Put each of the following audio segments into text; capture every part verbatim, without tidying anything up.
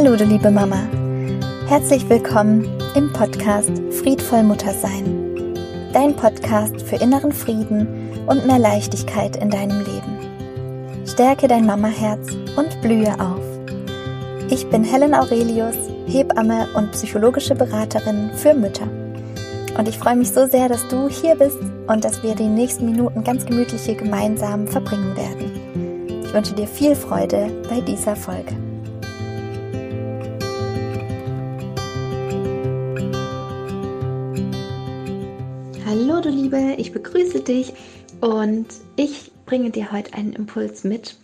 Hallo du liebe Mama, herzlich willkommen im Podcast Friedvoll Muttersein, dein Podcast für inneren Frieden und mehr Leichtigkeit in deinem Leben. Stärke dein Mamaherz und blühe auf. Ich bin Helen Aurelius, Hebamme und psychologische Beraterin für Mütter. Und ich freue mich so sehr, dass du hier bist und dass wir die nächsten Minuten ganz gemütlich hier gemeinsam verbringen werden. Ich wünsche dir viel Freude bei dieser Folge. Hallo du Liebe, ich begrüße dich und ich bringe dir heute einen Impuls mit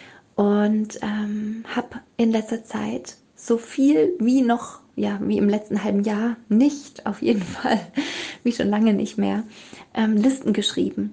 und ähm, habe in letzter Zeit so viel wie noch, ja, wie im letzten halben Jahr nicht, auf jeden Fall, wie schon lange nicht mehr, ähm, Listen geschrieben.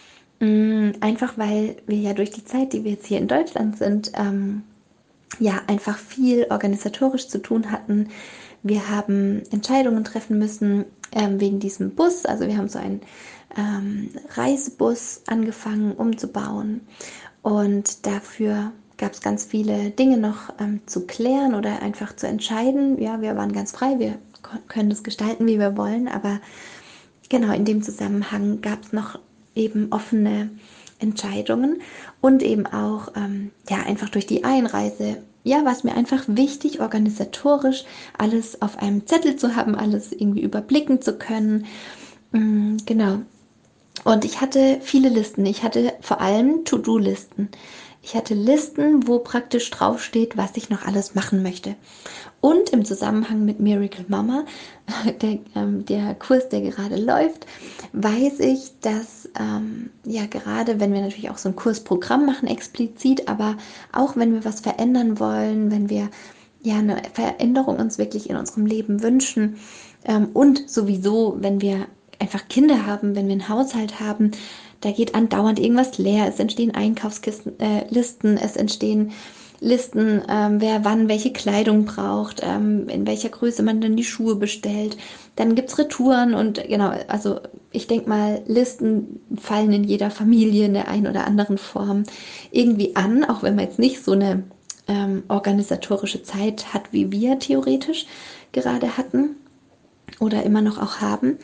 Ähm, einfach weil wir ja durch die Zeit, die wir jetzt hier in Deutschland sind, ähm, ja, einfach viel organisatorisch zu tun hatten. Wir haben Entscheidungen treffen müssen ähm, wegen diesem Bus. Also wir haben so einen ähm, Reisebus angefangen umzubauen und dafür gab es ganz viele Dinge noch ähm, zu klären oder einfach zu entscheiden. Ja, wir waren ganz frei, wir k- können das gestalten, wie wir wollen, aber genau in dem Zusammenhang gab es noch eben offene Entscheidungen und eben auch ähm, ja einfach durch die Einreise. Ja, war es mir einfach wichtig, organisatorisch alles auf einem Zettel zu haben, alles irgendwie überblicken zu können. Mm, genau. Und ich hatte viele Listen. Ich hatte vor allem To-Do-Listen. Ich hatte Listen, wo praktisch draufsteht, was ich noch alles machen möchte. Und im Zusammenhang mit Miracle Mama, der, ähm, der Kurs, der gerade läuft, weiß ich, dass ähm, ja gerade, wenn wir natürlich auch so ein Kursprogramm machen explizit, aber auch wenn wir was verändern wollen, wenn wir ja eine Veränderung uns wirklich in unserem Leben wünschen ähm, und sowieso, wenn wir einfach Kinder haben, wenn wir einen Haushalt haben, da geht andauernd irgendwas leer, es entstehen Einkaufslisten, äh, Listen, es entstehen Listen, ähm, wer wann welche Kleidung braucht, ähm, in welcher Größe man dann die Schuhe bestellt. Dann gibt es Retouren und genau, also ich denke mal, Listen fallen in jeder Familie in der einen oder anderen Form irgendwie an, auch wenn man jetzt nicht so eine ähm, organisatorische Zeit hat, wie wir theoretisch gerade hatten oder immer noch auch haben.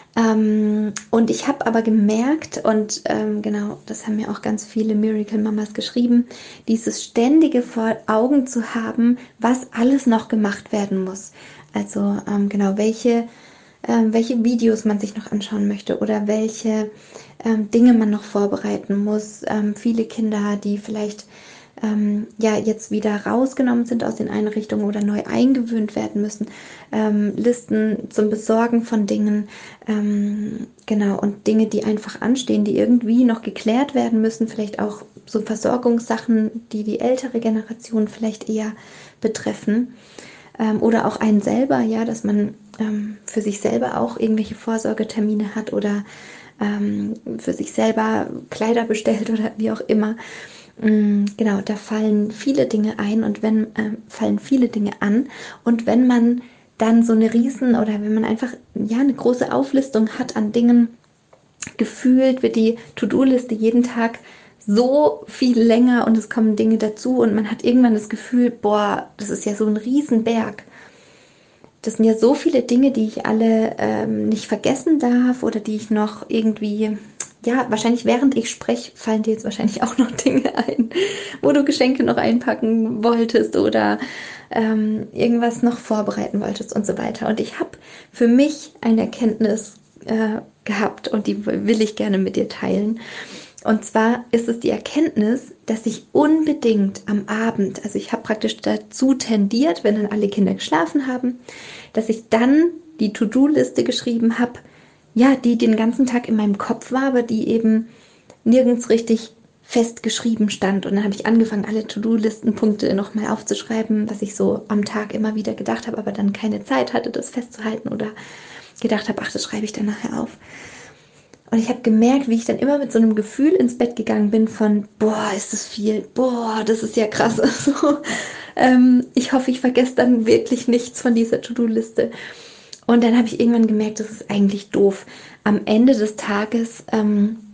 Ähm, und ich habe aber gemerkt, und ähm, genau, das haben mir auch ganz viele Miracle Mamas geschrieben, dieses ständige vor Augen zu haben, was alles noch gemacht werden muss. Also ähm, genau, welche, ähm, welche Videos man sich noch anschauen möchte oder welche ähm, Dinge man noch vorbereiten muss. Ähm, viele Kinder, die vielleicht ähm, ja jetzt wieder rausgenommen sind aus den Einrichtungen oder neu eingewöhnt werden müssen, ähm, Listen zum Besorgen von Dingen, ähm, genau, und Dinge, die einfach anstehen, die irgendwie noch geklärt werden müssen, vielleicht auch so Versorgungssachen, die die ältere Generation vielleicht eher betreffen, ähm, oder auch einen selber, ja, dass man ähm, für sich selber auch irgendwelche Vorsorgetermine hat oder ähm, für sich selber Kleider bestellt oder wie auch immer. Genau, da fallen viele Dinge ein und wenn äh, fallen viele Dinge an und wenn man dann so eine riesen oder wenn man einfach ja eine große Auflistung hat an Dingen, gefühlt wird die To-Do-Liste jeden Tag so viel länger und es kommen Dinge dazu und man hat irgendwann das Gefühl, boah, das ist ja so ein Riesenberg. Das sind ja so viele Dinge, die ich alle ähm, nicht vergessen darf oder die ich noch irgendwie, ja, wahrscheinlich während ich spreche, fallen dir jetzt wahrscheinlich auch noch Dinge ein, wo du Geschenke noch einpacken wolltest oder ähm, irgendwas noch vorbereiten wolltest und so weiter. Und ich habe für mich eine Erkenntnis äh, gehabt und die will ich gerne mit dir teilen. Und zwar ist es die Erkenntnis, dass ich unbedingt am Abend, also ich habe praktisch dazu tendiert, wenn dann alle Kinder geschlafen haben, dass ich dann die To-Do-Liste geschrieben habe, ja, die den ganzen Tag in meinem Kopf war, aber die eben nirgends richtig festgeschrieben stand. Und dann habe ich angefangen, alle To-Do-Listenpunkte nochmal aufzuschreiben, was ich so am Tag immer wieder gedacht habe, aber dann keine Zeit hatte, das festzuhalten oder gedacht habe, ach, das schreibe ich dann nachher auf. Und ich habe gemerkt, wie ich dann immer mit so einem Gefühl ins Bett gegangen bin von, boah, ist das viel, boah, das ist ja krass. So, ähm, ich hoffe, ich vergesse dann wirklich nichts von dieser To-Do-Liste. Und dann habe ich irgendwann gemerkt, das ist eigentlich doof. Am Ende des Tages ähm,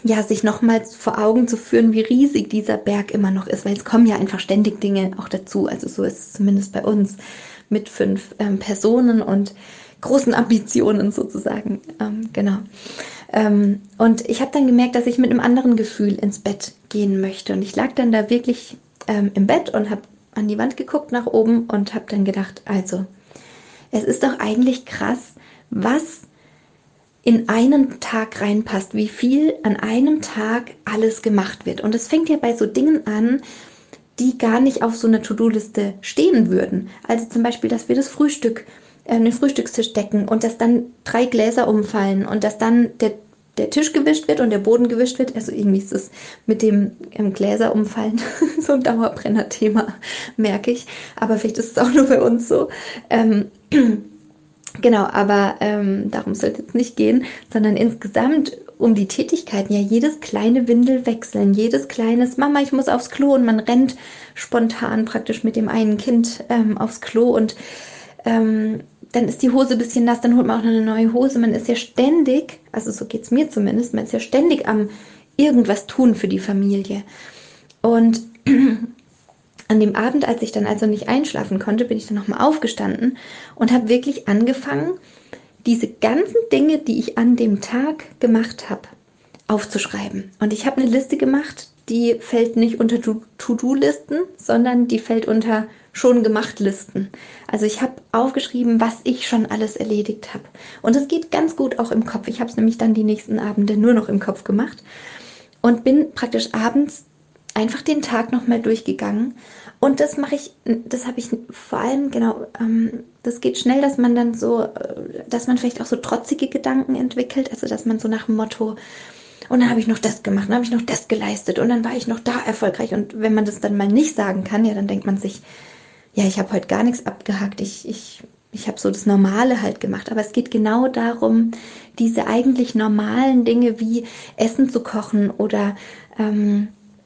ja, sich nochmals vor Augen zu führen, wie riesig dieser Berg immer noch ist, weil es kommen ja einfach ständig Dinge auch dazu. Also so ist es zumindest bei uns mit fünf ähm, Personen und großen Ambitionen sozusagen. Ähm, genau. Ähm, und ich habe dann gemerkt, dass ich mit einem anderen Gefühl ins Bett gehen möchte. Und ich lag dann da wirklich ähm, im Bett und habe an die Wand geguckt nach oben und habe dann gedacht, also, es ist doch eigentlich krass, was in einen Tag reinpasst, wie viel an einem Tag alles gemacht wird. Und es fängt ja bei so Dingen an, die gar nicht auf so einer To-Do-Liste stehen würden. Also zum Beispiel, dass wir das Frühstück, äh, den Frühstückstisch decken und dass dann drei Gläser umfallen und dass dann der, der Tisch gewischt wird und der Boden gewischt wird. Also irgendwie ist es mit dem ähm, Gläser umfallen so ein Dauerbrenner-Thema, merke ich. Aber vielleicht ist es auch nur bei uns so. Ähm, Genau, aber ähm, darum soll es jetzt nicht gehen, sondern insgesamt um die Tätigkeiten. Ja, jedes kleine Windel wechseln, jedes kleines Mama, ich muss aufs Klo und man rennt spontan praktisch mit dem einen Kind ähm, aufs Klo und ähm, dann ist die Hose ein bisschen nass, dann holt man auch noch eine neue Hose. Man ist ja ständig, also so geht es mir zumindest, man ist ja ständig am irgendwas tun für die Familie. Und an dem Abend, als ich dann also nicht einschlafen konnte, bin ich dann nochmal aufgestanden und habe wirklich angefangen, diese ganzen Dinge, die ich an dem Tag gemacht habe, aufzuschreiben. Und ich habe eine Liste gemacht, die fällt nicht unter To-Do-Listen, sondern die fällt unter schon gemacht Listen. Also ich habe aufgeschrieben, was ich schon alles erledigt habe. Und es geht ganz gut auch im Kopf. Ich habe es nämlich dann die nächsten Abende nur noch im Kopf gemacht und bin praktisch abends einfach den Tag nochmal durchgegangen. Und das mache ich, das habe ich vor allem, genau, ähm, das geht schnell, dass man dann so, dass man vielleicht auch so trotzige Gedanken entwickelt, also dass man so nach dem Motto, und dann habe ich noch das gemacht, dann habe ich noch das geleistet und dann war ich noch da erfolgreich. Und wenn man das dann mal nicht sagen kann, ja, dann denkt man sich, ja, ich habe heute gar nichts abgehakt, ich, ich, ich habe so das Normale halt gemacht. Aber es geht genau darum, diese eigentlich normalen Dinge wie Essen zu kochen oder ähm,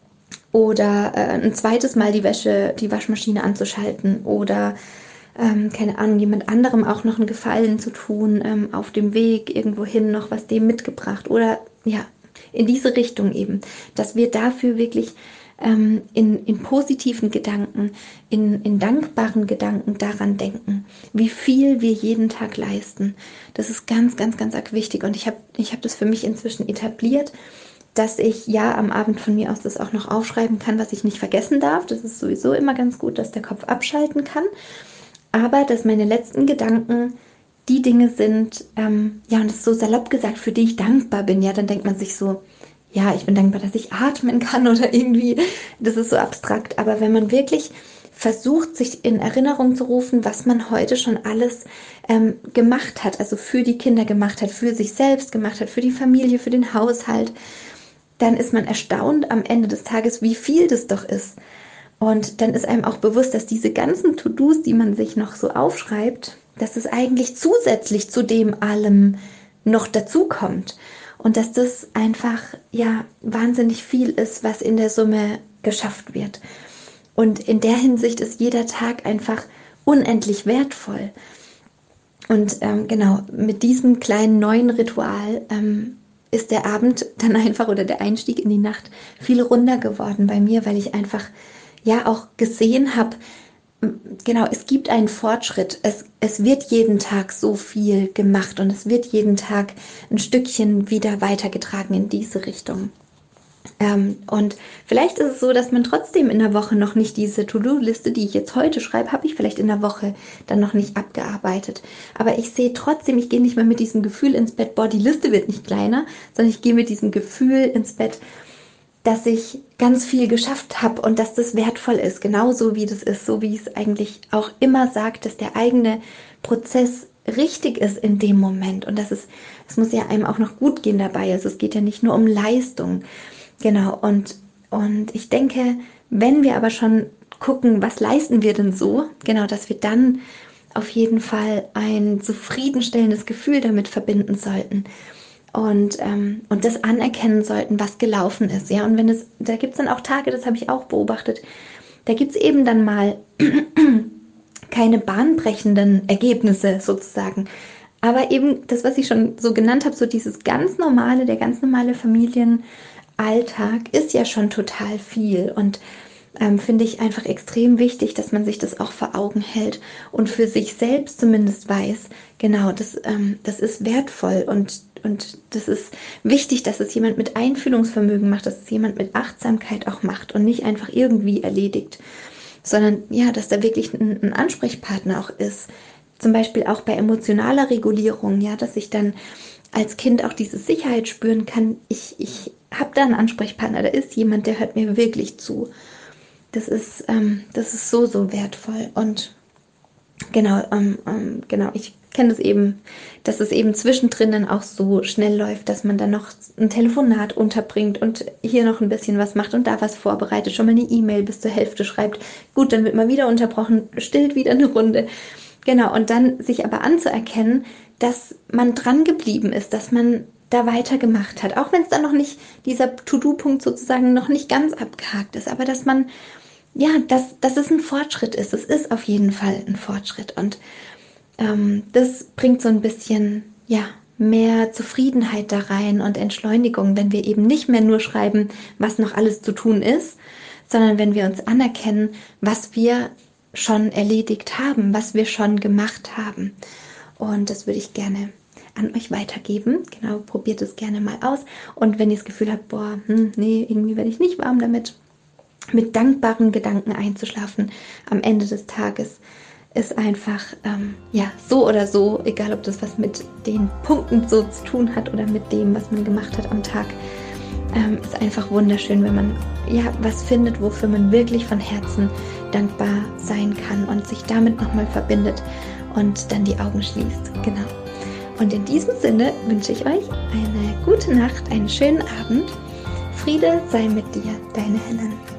oder äh, ein zweites Mal die Wäsche, die Waschmaschine anzuschalten oder ähm, keine Ahnung, jemand anderem auch noch einen Gefallen zu tun, ähm, auf dem Weg irgendwohin noch was dem mitgebracht oder ja, in diese Richtung eben, dass wir dafür wirklich ähm, in, in positiven Gedanken, in, in dankbaren Gedanken daran denken, wie viel wir jeden Tag leisten. Das ist ganz, ganz, ganz arg wichtig und ich habe ich hab das für mich inzwischen etabliert, dass ich ja am Abend von mir aus das auch noch aufschreiben kann, was ich nicht vergessen darf. Das ist sowieso immer ganz gut, dass der Kopf abschalten kann. Aber dass meine letzten Gedanken die Dinge sind, ähm, ja, und das ist so salopp gesagt, für die ich dankbar bin. Ja, dann denkt man sich so, ja, ich bin dankbar, dass ich atmen kann oder irgendwie, das ist so abstrakt. Aber wenn man wirklich versucht, sich in Erinnerung zu rufen, was man heute schon alles ähm, gemacht hat, also für die Kinder gemacht hat, für sich selbst gemacht hat, für die Familie, für den Haushalt, dann ist man erstaunt am Ende des Tages, wie viel das doch ist. Und dann ist einem auch bewusst, dass diese ganzen To-Dos, die man sich noch so aufschreibt, dass es eigentlich zusätzlich zu dem allem noch dazu kommt. Und dass das einfach, ja, wahnsinnig viel ist, was in der Summe geschafft wird. Und in der Hinsicht ist jeder Tag einfach unendlich wertvoll. Und ähm, genau, mit diesem kleinen neuen Ritual ähm, ist der Abend dann einfach oder der Einstieg in die Nacht viel runder geworden bei mir, weil ich einfach ja auch gesehen habe, genau, es gibt einen Fortschritt. Es, es wird jeden Tag so viel gemacht und es wird jeden Tag ein Stückchen wieder weitergetragen in diese Richtung. Ähm, und vielleicht ist es so, dass man trotzdem in der Woche noch nicht diese To-Do-Liste, die ich jetzt heute schreibe, habe ich vielleicht in der Woche dann noch nicht abgearbeitet. Aber ich sehe trotzdem, ich gehe nicht mehr mit diesem Gefühl ins Bett, boah, die Liste wird nicht kleiner, sondern ich gehe mit diesem Gefühl ins Bett, dass ich ganz viel geschafft habe und dass das wertvoll ist, genauso wie das ist, so wie es eigentlich auch immer sagt, dass der eigene Prozess richtig ist in dem Moment und dass es, es muss ja einem auch noch gut gehen dabei, also es geht ja nicht nur um Leistung. Genau, und, und ich denke, wenn wir aber schon gucken, was leisten wir denn so, genau, dass wir dann auf jeden Fall ein zufriedenstellendes Gefühl damit verbinden sollten und, ähm, und das anerkennen sollten, was gelaufen ist. Ja, und wenn es, da gibt es dann auch Tage, das habe ich auch beobachtet, da gibt es eben dann mal keine bahnbrechenden Ergebnisse sozusagen, Aber eben das, was ich schon so genannt habe, so dieses ganz normale, der ganz normale Familienalltag ist ja schon total viel und ähm, finde ich einfach extrem wichtig, dass man sich das auch vor Augen hält und für sich selbst zumindest weiß, genau, das, ähm, das ist wertvoll und, und das ist wichtig, dass es jemand mit Einfühlungsvermögen macht, dass es jemand mit Achtsamkeit auch macht und nicht einfach irgendwie erledigt, sondern ja, dass da wirklich ein, ein Ansprechpartner auch ist. Zum Beispiel auch bei emotionaler Regulierung, ja, dass ich dann als Kind auch diese Sicherheit spüren kann, ich, ich habe da einen Ansprechpartner, da ist jemand, der hört mir wirklich zu. Das ist, ähm, das ist so, so wertvoll. Und genau, ähm, ähm, genau, ich kenne das eben, dass es eben zwischendrin dann auch so schnell läuft, dass man dann noch ein Telefonat unterbringt und hier noch ein bisschen was macht und da was vorbereitet, schon mal eine E-Mail bis zur Hälfte schreibt. Gut, dann wird mal wieder unterbrochen, stillt wieder eine Runde. Genau, und dann sich aber anzuerkennen, dass man dran geblieben ist, dass man da weitergemacht hat, auch wenn es dann noch nicht, dieser To-Do-Punkt sozusagen noch nicht ganz abgehakt ist, aber dass man ja, dass, dass es ein Fortschritt ist. Es ist auf jeden Fall ein Fortschritt. Und ähm, das bringt so ein bisschen, ja, mehr Zufriedenheit da rein und Entschleunigung, wenn wir eben nicht mehr nur schreiben, was noch alles zu tun ist, sondern wenn wir uns anerkennen, was wir schon erledigt haben, was wir schon gemacht haben. Und das würde ich gerne an euch weitergeben. Genau, probiert es gerne mal aus. Und wenn ihr das Gefühl habt, boah, hm, nee, irgendwie werde ich nicht warm damit, mit dankbaren Gedanken einzuschlafen am Ende des Tages ist einfach, ähm, ja, so oder so, egal ob das was mit den Punkten so zu tun hat oder mit dem, was man gemacht hat am Tag, ähm, ist einfach wunderschön, wenn man ja was findet, wofür man wirklich von Herzen dankbar sein kann und sich damit nochmal verbindet und dann die Augen schließt. Genau. Und in diesem Sinne wünsche ich euch eine gute Nacht, einen schönen Abend. Friede sei mit dir, deine Helen.